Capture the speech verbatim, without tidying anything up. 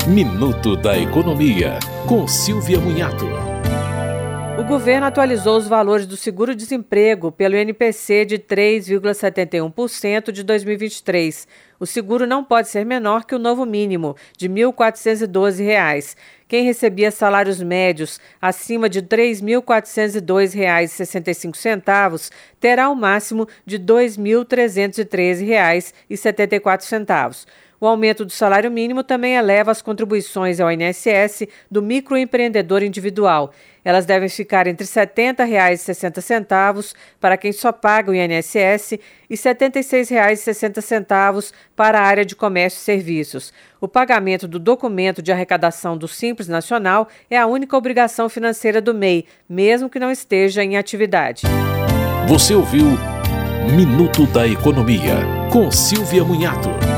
Minuto da Economia, com Silvia Munhato. O governo atualizou os valores do seguro-desemprego pelo I N P C de três vírgula setenta e um por cento de dois mil e vinte e três. O seguro não pode ser menor que o novo mínimo, de mil quatrocentos e doze reais. Quem recebia salários médios acima de três mil quatrocentos e dois reais e sessenta e cinco centavos terá o máximo de dois mil trezentos e treze reais e setenta e quatro centavos. O aumento do salário mínimo também eleva as contribuições ao I N S S do microempreendedor individual. Elas devem ficar entre setenta reais e sessenta centavos para quem só paga o I N S S e setenta e seis reais e sessenta centavos para a área de comércio e serviços. O pagamento do documento de arrecadação do Simples Nacional é a única obrigação financeira do M E I, mesmo que não esteja em atividade. Você ouviu Minuto da Economia, com Silvia Munhato.